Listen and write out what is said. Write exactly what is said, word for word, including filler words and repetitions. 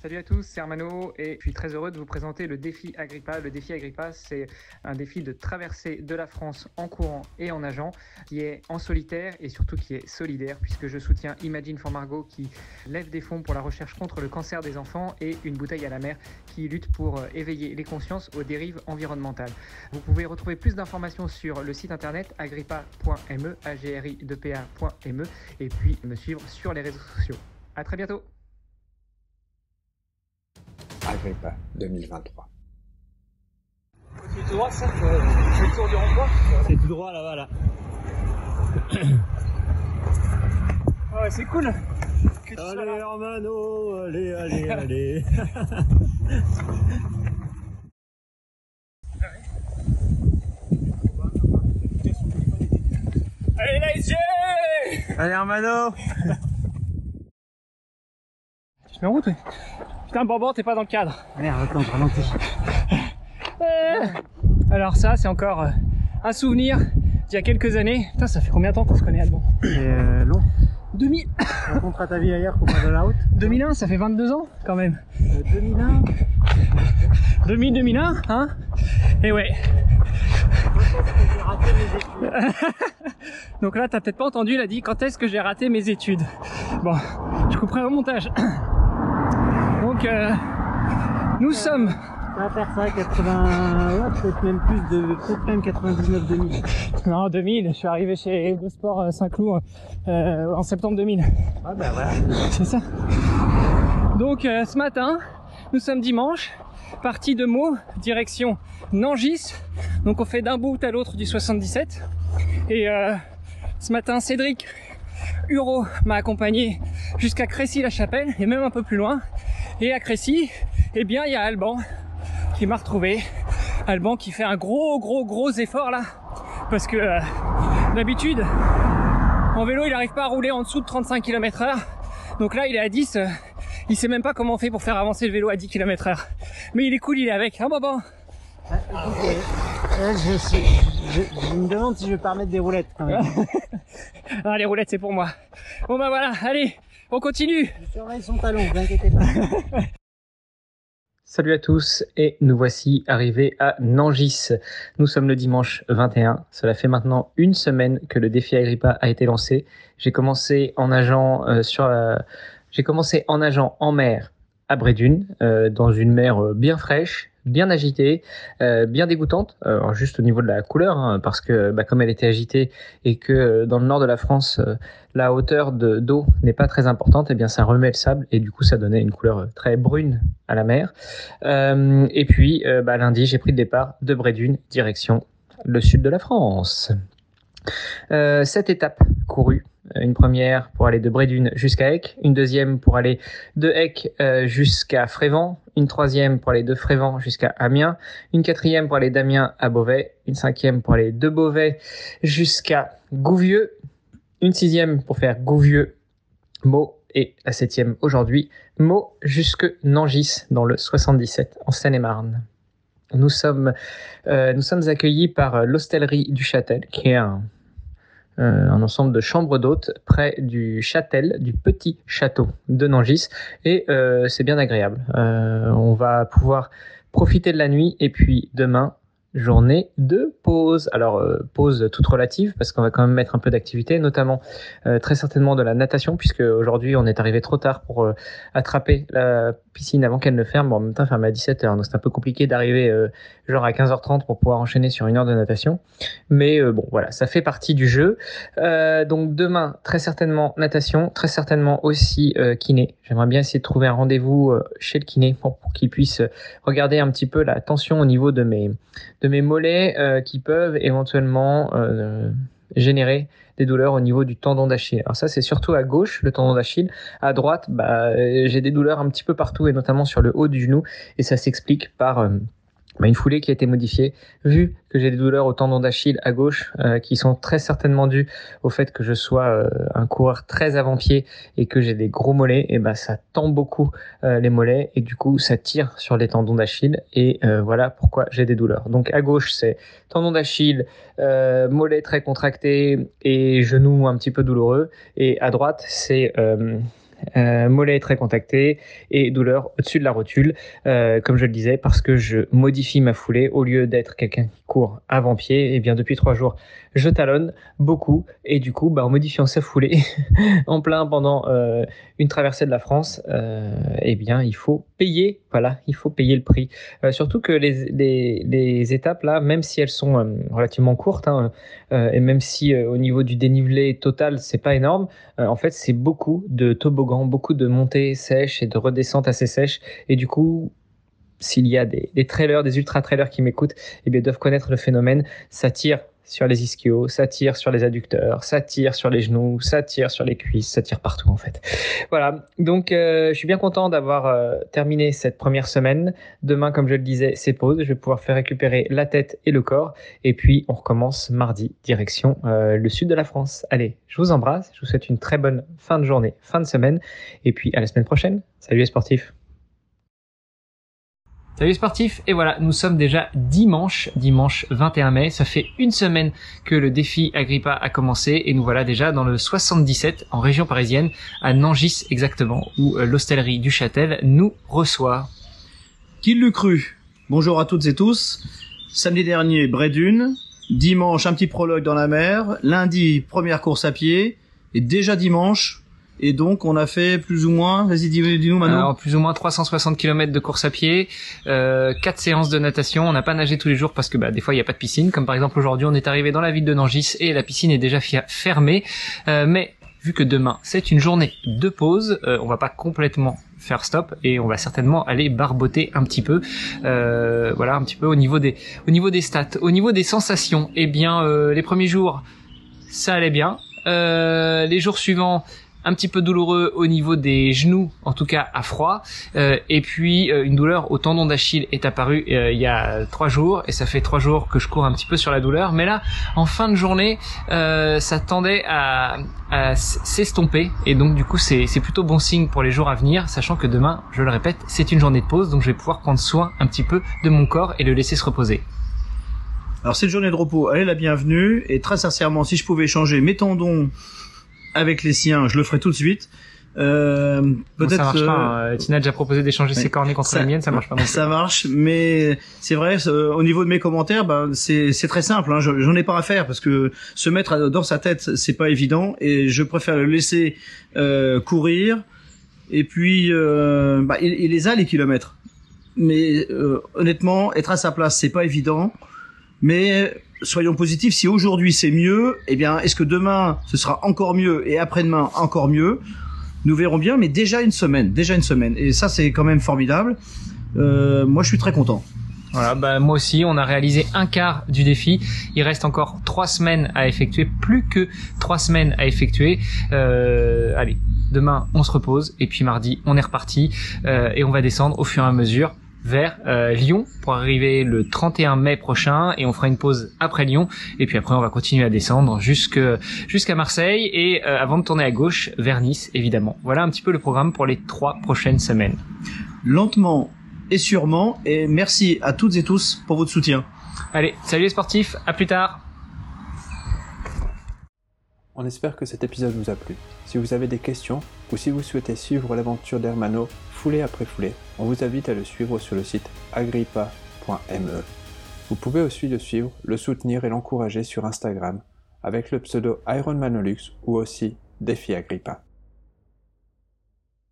Salut à tous, c'est Armano et je suis très heureux de vous présenter le défi Agrippa. Le défi Agrippa, c'est un défi de traversée de la France en courant et en nageant, qui est en solitaire et surtout qui est solidaire, puisque je soutiens Imagine for Margot qui lève des fonds pour la recherche contre le cancer des enfants et Une bouteille à la mer qui lutte pour éveiller les consciences aux dérives environnementales. Vous pouvez retrouver plus d'informations sur le site internet agrippa point me, a g r i p p a point m e, et puis me suivre sur les réseaux sociaux. À très bientôt. Agrippa deux mille vingt-trois. C'est tout droit, ça, c'est le tour du rond-point. C'est tout droit là-bas, là. Ah ouais, c'est cool. Allez, Armano, allez, allez, allez. Allez, la S G. Allez, Armano. Tu te mets en route, oui. Putain, Bamban, t'es pas dans le cadre. Merde, attends, je ralentis. Euh, alors ça, c'est encore euh, un souvenir d'il y a quelques années. Putain, ça fait combien de temps qu'on se connaît, Alban? C'est euh, long. deux mille... Raconte ta vie ailleurs qu'on parle de la route. deux mille un, ça fait vingt-deux ans, quand même. Euh, deux mille un. deux mille, deux mille un, hein. Et ouais. J'ai raté mes études. Donc là, t'as peut-être pas entendu, il a dit quand est-ce que j'ai raté mes études. Bon, je couperai au montage. Donc, euh, nous euh, sommes... Ça va faire ça, quatre-vingts... Ouais, peut-être même plus de... Peut-être même quatre-vingt-dix-neuf deux mille. Non, deux mille, je suis arrivé chez EcoSport Saint-Cloud euh, en septembre deux mille. Ah bah voilà. C'est ça. Donc, euh, ce matin, nous sommes dimanche, partie de Meaux, direction Nangis. Donc, on fait d'un bout à l'autre du soixante-dix-sept. Et euh, ce matin, Cédric Huro m'a accompagné jusqu'à Crécy-la-Chapelle et même un peu plus loin. Et à Crécy, eh bien, il y a Alban qui m'a retrouvé. Alban qui fait un gros, gros, gros effort là. Parce que euh, d'habitude, en vélo, il n'arrive pas à rouler en dessous de trente-cinq kilomètres heure. Donc là, il est à dix. Euh, il sait même pas comment on fait pour faire avancer le vélo à dix kilomètres heure. Mais il est cool, il est avec. Hein, Bamban? Ah, okay. euh, je, suis, je, je me demande si je vais pas remettre des roulettes quand même. Ah, les roulettes, c'est pour moi. Bon bah voilà, allez, on continue. Je surveille son talon, ne vous inquiétez pas. Salut à tous et nous voici arrivés à Nangis. Nous sommes le dimanche vingt et un. Cela fait maintenant une semaine que le défi Agrippa a été lancé. J'ai commencé en nageant euh, sur la... J'ai commencé en nageant en mer à Brédune, euh, dans une mer euh, bien fraîche, bien agitée, euh, bien dégoûtante, euh, alors juste au niveau de la couleur, hein, parce que bah, comme elle était agitée et que euh, dans le nord de la France, euh, la hauteur de, d'eau n'est pas très importante, et eh bien ça remet le sable et du coup ça donnait une couleur très brune à la mer. Euh, et puis euh, bah, lundi, j'ai pris le départ de Brédune, direction le sud de la France. Euh, cette étape courue, une première pour aller de Brédune jusqu'à Aix, une deuxième pour aller de Aix euh, jusqu'à Frévent, une troisième pour aller de Frévent jusqu'à Amiens, une quatrième pour aller d'Amiens à Beauvais, une cinquième pour aller de Beauvais jusqu'à Gouvieux, une sixième pour faire Gouvieux-Meaux et la septième aujourd'hui, Meaux jusque Nangis dans le soixante-dix-sept en Seine-et-Marne. Nous sommes, euh, nous sommes accueillis par l'Hostellerie du Châtel, qui est un Euh, un ensemble de chambres d'hôtes près du Châtel, du petit château de Nangis, et euh, c'est bien agréable. Euh, on va pouvoir profiter de la nuit, et puis demain, journée de pause. Alors, euh, pause toute relative, parce qu'on va quand même mettre un peu d'activité, notamment euh, très certainement de la natation, puisque aujourd'hui, on est arrivé trop tard pour euh, attraper la piscine avant qu'elle ne ferme. Bon, en même temps, elle ferme à dix-sept heures, donc c'est un peu compliqué d'arriver euh, genre à quinze heures trente pour pouvoir enchaîner sur une heure de natation. Mais euh, bon, voilà, ça fait partie du jeu. Euh, donc demain, très certainement natation, très certainement aussi euh, kiné. J'aimerais bien essayer de trouver un rendez-vous euh, chez le kiné pour, pour qu'il puisse regarder un petit peu la tension au niveau de mes, de mes mollets euh, qui peuvent éventuellement euh, générer des douleurs au niveau du tendon d'Achille. Alors ça, c'est surtout à gauche, le tendon d'Achille. À droite, bah, j'ai des douleurs un petit peu partout et notamment sur le haut du genou. Et ça s'explique par euh, bah, une foulée qui a été modifiée. Vu que j'ai des douleurs au tendon d'Achille à gauche, euh, qui sont très certainement dues au fait que je sois euh, un coureur très avant-pied et que j'ai des gros mollets, et bah, ça tend beaucoup euh, les mollets et du coup ça tire sur les tendons d'Achille et euh, voilà pourquoi j'ai des douleurs. Donc à gauche c'est tendon d'Achille, euh, mollets très contractés et genoux un petit peu douloureux, et à droite c'est euh, euh, mollet très contracté et douleur au-dessus de la rotule, euh, comme je le disais, parce que je modifie ma foulée. Au lieu d'être quelqu'un qui court avant-pied, et bien depuis trois jours, je talonne beaucoup et du coup, bah, en modifiant sa foulée en plein pendant euh, une traversée de la France, euh, eh bien, il faut payer. Voilà, il faut payer le prix. Euh, surtout que les, les, les étapes là, même si elles sont euh, relativement courtes, hein, euh, et même si euh, au niveau du dénivelé total, c'est pas énorme, euh, en fait, c'est beaucoup de toboggans, beaucoup de montées sèches et de redescentes assez sèches. Et du coup, s'il y a des, des trailers, des ultra-trailers qui m'écoutent, eh bien, doivent connaître le phénomène. Ça tire sur les ischios, ça tire sur les adducteurs, ça tire sur les genoux, ça tire sur les cuisses, ça tire partout en fait. Voilà, donc euh, je suis bien content d'avoir euh, terminé cette première semaine. Demain, comme je le disais, c'est pause. Je vais pouvoir faire récupérer la tête et le corps. Et puis, on recommence mardi, direction euh, le sud de la France. Allez, je vous embrasse. Je vous souhaite une très bonne fin de journée, fin de semaine. Et puis, à la semaine prochaine. Salut les sportifs. Salut les sportifs, et voilà, nous sommes déjà dimanche, dimanche vingt et un mai, ça fait une semaine que le défi Agrippa a commencé et nous voilà déjà dans le soixante-dix-sept en région parisienne, à Nangis exactement, où l'hostellerie du Châtel nous reçoit. Qui l'eût cru? Bonjour à toutes et tous. Samedi dernier, Brédune, dimanche un petit prologue dans la mer, lundi première course à pied, et déjà dimanche, et donc on a fait plus ou moins, vas-y dis-nous Manu. Alors plus ou moins trois cent soixante kilomètres de course à pied, euh, quatre séances de natation. On n'a pas nagé tous les jours parce que bah, des fois il n'y a pas de piscine, comme par exemple aujourd'hui on est arrivé dans la ville de Nangis et la piscine est déjà fi- fermée, euh, mais vu que demain c'est une journée de pause, euh, on va pas complètement faire stop et on va certainement aller barboter un petit peu, euh, voilà un petit peu au niveau des au niveau des stats, au niveau des sensations. Eh bien euh, les premiers jours ça allait bien, euh, les jours suivants un petit peu douloureux au niveau des genoux, en tout cas à froid, euh, et puis euh, une douleur au tendon d'Achille est apparue euh, il y a trois jours, et ça fait trois jours que je cours un petit peu sur la douleur, mais là, en fin de journée, euh, ça tendait à, à s'estomper, et donc du coup c'est, c'est plutôt bon signe pour les jours à venir, sachant que demain, je le répète, c'est une journée de pause, donc je vais pouvoir prendre soin un petit peu de mon corps et le laisser se reposer. Alors cette journée de repos, elle est la bienvenue, et très sincèrement, si je pouvais changer mes tendons avec les siens, je le ferai tout de suite. Euh, peut-être. Non, ça marche pas. Hein. Tina a déjà proposé d'échanger ouais, ses cornets contre ça, les miennes, ça marche pas non plus. Ça marche, mais c'est vrai. Euh, au niveau de mes commentaires, ben c'est c'est très simple. Hein, j'en ai pas à faire parce que se mettre dans sa tête, c'est pas évident, et je préfère le laisser euh, courir. Et puis, euh, bah, il, il les a les kilomètres. Mais euh, honnêtement, être à sa place, c'est pas évident. Mais soyons positifs, si aujourd'hui c'est mieux, eh bien, est-ce que demain ce sera encore mieux et après-demain encore mieux? Nous verrons bien, mais déjà une semaine, déjà une semaine. Et ça, c'est quand même formidable. Euh, moi, je suis très content. Voilà, bah moi aussi, on a réalisé un quart du défi. Il reste encore trois semaines à effectuer, plus que trois semaines à effectuer. Euh, allez, demain, on se repose et puis mardi, on est reparti euh, et on va descendre au fur et à mesure vers euh, Lyon pour arriver le trente et un mai prochain, et on fera une pause après Lyon, et puis après on va continuer à descendre jusque jusqu'à Marseille, et euh, avant de tourner à gauche vers Nice évidemment. Voilà un petit peu le programme pour les trois prochaines semaines. Lentement et sûrement, et merci à toutes et tous pour votre soutien. Allez, salut les sportifs, à plus tard. On espère que cet épisode vous a plu. Si vous avez des questions ou si vous souhaitez suivre l'aventure d'Hermano foulée après foulée, on vous invite à le suivre sur le site agrippa point me. Vous pouvez aussi le suivre, le soutenir et l'encourager sur Instagram avec le pseudo Ironmanolux ou aussi Défi Agrippa.